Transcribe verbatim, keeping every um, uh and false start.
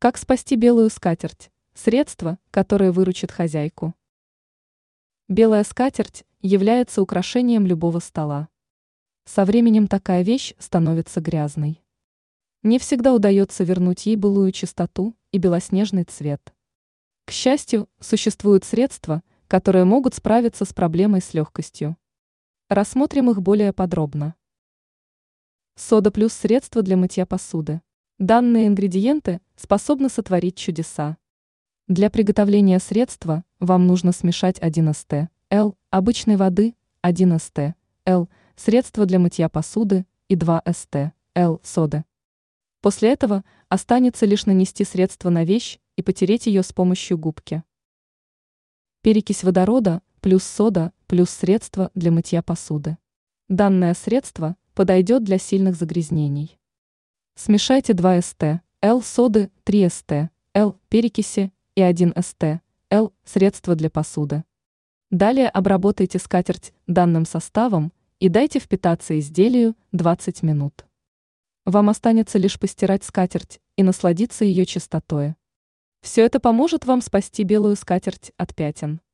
Как спасти белую скатерть? Средство, которое выручит хозяйку. Белая скатерть является украшением любого стола. Со временем такая вещь становится грязной. Не всегда удается вернуть ей былую чистоту и белоснежный цвет. К счастью, существуют средства, которые могут справиться с проблемой с легкостью. Рассмотрим их более подробно. Сода плюс средство для мытья посуды. Данные ингредиенты способны сотворить чудеса. Для приготовления средства вам нужно смешать один эс-тэ эл обычной воды, один эс-тэ эл средства для мытья посуды и два эс-тэ эл соды. После этого останется лишь нанести средство на вещь и потереть ее с помощью губки. Перекись водорода плюс сода плюс средство для мытья посуды. Данное средство подойдет для сильных загрязнений. Смешайте два эс-тэ эл соды, три эс-тэ эл перекиси и один эс-тэ эл средство для посуды. Далее обработайте скатерть данным составом и дайте впитаться изделию двадцать минут. Вам останется лишь постирать скатерть и насладиться ее чистотой. Все это поможет вам спасти белую скатерть от пятен.